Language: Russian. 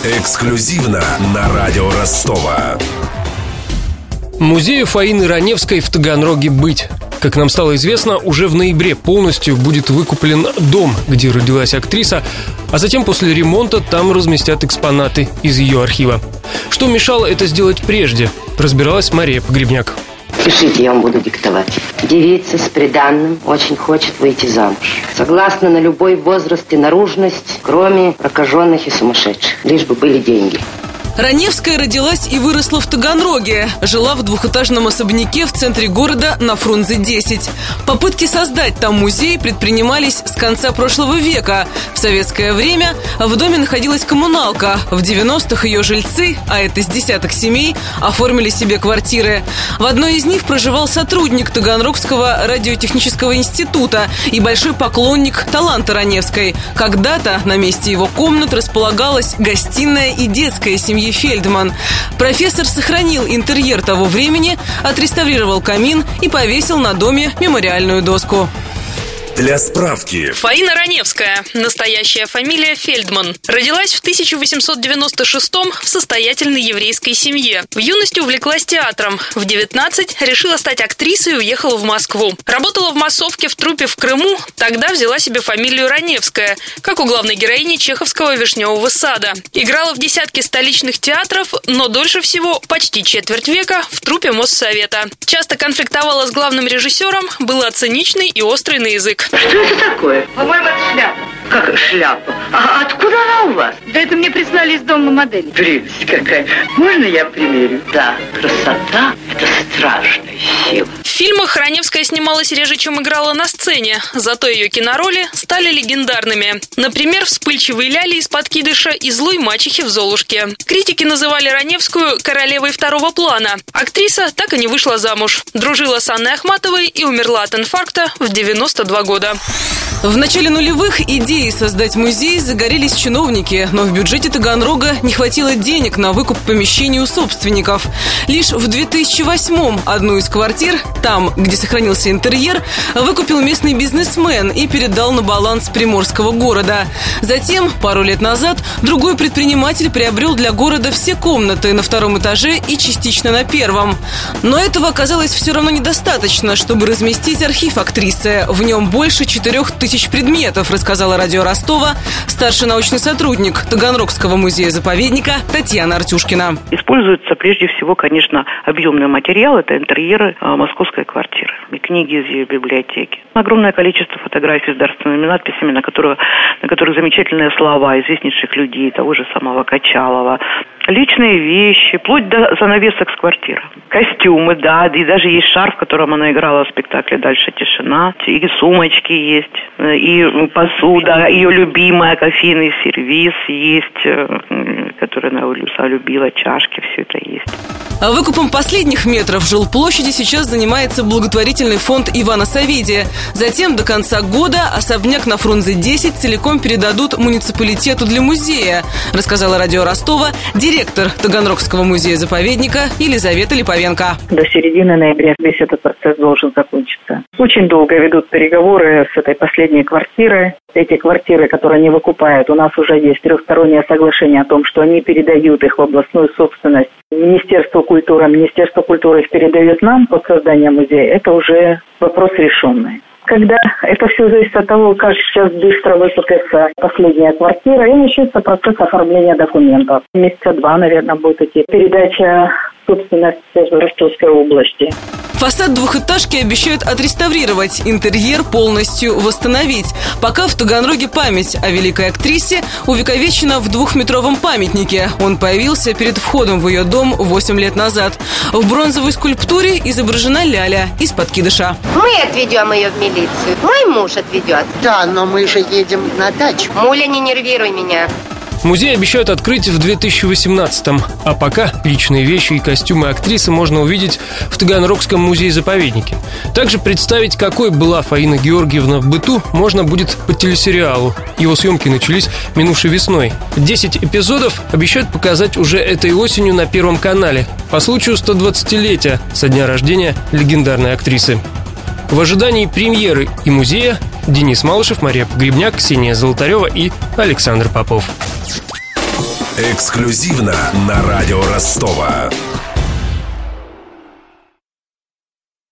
Эксклюзивно на радио Ростова. Музею Фаины Раневской в Таганроге быть. Как нам стало известно, уже в ноябре полностью будет выкуплен дом, где родилась актриса, а затем после ремонта там разместят экспонаты из ее архива. Что мешало это сделать прежде, разбиралась Мария Погребняк. Пишите, я вам буду диктовать. Девица с приданным очень хочет выйти замуж. Согласна на любой возраст и наружность, кроме прокаженных и сумасшедших. Лишь бы были деньги. Раневская родилась и выросла в Таганроге. Жила в двухэтажном особняке в центре города на Фрунзе 10. Попытки создать там музей предпринимались с конца прошлого века. В советское время в доме находилась коммуналка. В 90-х ее жильцы, а это с десяток семей, оформили себе квартиры. В одной из них проживал сотрудник Таганрогского радиотехнического института и большой поклонник таланта Раневской. Когда-то на месте его комнат располагалась гостиная и детская семьи Фельдман. Профессор сохранил интерьер того времени, отреставрировал камин и повесил на доме мемориальную доску. Для справки. Фаина Раневская, настоящая фамилия Фельдман. Родилась в 1896-м в состоятельной еврейской семье. В юности увлеклась театром. В 19 решила стать актрисой и уехала в Москву. Работала в массовке в труппе в Крыму. Тогда взяла себе фамилию Раневская, как у главной героини чеховского «Вишневого сада». Играла в десятке столичных театров, но дольше всего, почти четверть века, в труппе Моссовета. Часто конфликтовала с главным режиссером, была циничной и острой на язык. Что это такое? По-моему, это шляпа. Как шляпа? А откуда она у вас? Да это мне прислали из дома модели. Прелесть какая. Можно я примерю? Да, красота – это страшная сила. В фильмах Раневская снималась реже, чем играла на сцене, зато ее кинороли стали легендарными. Например, «Вспыльчивой Ляли» из «Подкидыша» и «Злой мачехи» в «Золушке». Критики называли Раневскую королевой второго плана. Актриса так и не вышла замуж. Дружила с Анной Ахматовой и умерла от инфаркта в 92 года. В начале нулевых идеи создать музей загорелись чиновники, но в бюджете Таганрога не хватило денег на выкуп помещений у собственников. Лишь в 2008-м одну из квартир, там, где сохранился интерьер, выкупил местный бизнесмен и передал на баланс приморского города. Затем, пару лет назад, другой предприниматель приобрел для города все комнаты на втором этаже и частично на первом. Но этого оказалось все равно недостаточно, чтобы разместить архив актрисы. В нем больше 4000 предметов, рассказала радио Ростова старший научный сотрудник Таганрогского музея-заповедника Татьяна Артюшкина. Используется прежде всего, конечно, объемный материал. Это интерьеры московской квартиры и книги из ее библиотеки. Огромное количество фотографий с дарственными надписями, на которых замечательные слова известнейших людей, того же самого Качалова. Личные вещи, вплоть до занавесок с квартиры. Костюмы, да, и даже есть шарф, в котором она играла в спектакле «Дальше тишина». И сумочки есть, и посуда, ее любимая, кофейный сервиз есть, который она любила, чашки, все это есть. Выкупом последних метров жилплощади сейчас занимается благотворительный фонд Ивана Савидия. Затем до конца года особняк на Фрунзе 10 целиком передадут муниципалитету для музея, рассказала радио Ростова директор Таганрогского музея-заповедника Елизавета Липовенко. До середины ноября весь этот процесс должен закончиться. Очень долго ведут переговоры с этой последней квартирой. Эти квартиры, которые они выкупают, у нас уже есть трехстороннее соглашение о том, что они передают их в областную собственность Министерство культуры их передает нам под создание музея. Это уже вопрос решенный. Когда это все зависит от того, как сейчас быстро выкупится последняя квартира, и начнется процесс оформления документов. Месяца 2, наверное, будет идти передача собственности в Ростовской области. Фасад двухэтажки обещают отреставрировать, интерьер полностью восстановить. Пока в Таганроге память о великой актрисе увековечена в 2-метровом памятнике. Он появился перед входом в ее дом 8 лет назад. В бронзовой скульптуре изображена Ляля из «Подкидыша». Мы отведем ее в милицию. Мой муж отведет. Да, но мы же едем на дачу. Муля, не нервируй меня. Музей обещают открыть в 2018-м, а пока личные вещи и костюмы актрисы можно увидеть в Таганрогском музее-заповеднике. Также представить, какой была Фаина Георгиевна в быту, можно будет по телесериалу. Его съемки начались минувшей весной. 10 эпизодов обещают показать уже этой осенью на Первом канале по случаю 120-летия со дня рождения легендарной актрисы. В ожидании премьеры и музея Денис Малышев, Мария Погребняк, Ксения Золотарева и Александр Попов. Эксклюзивно на радио Ростова.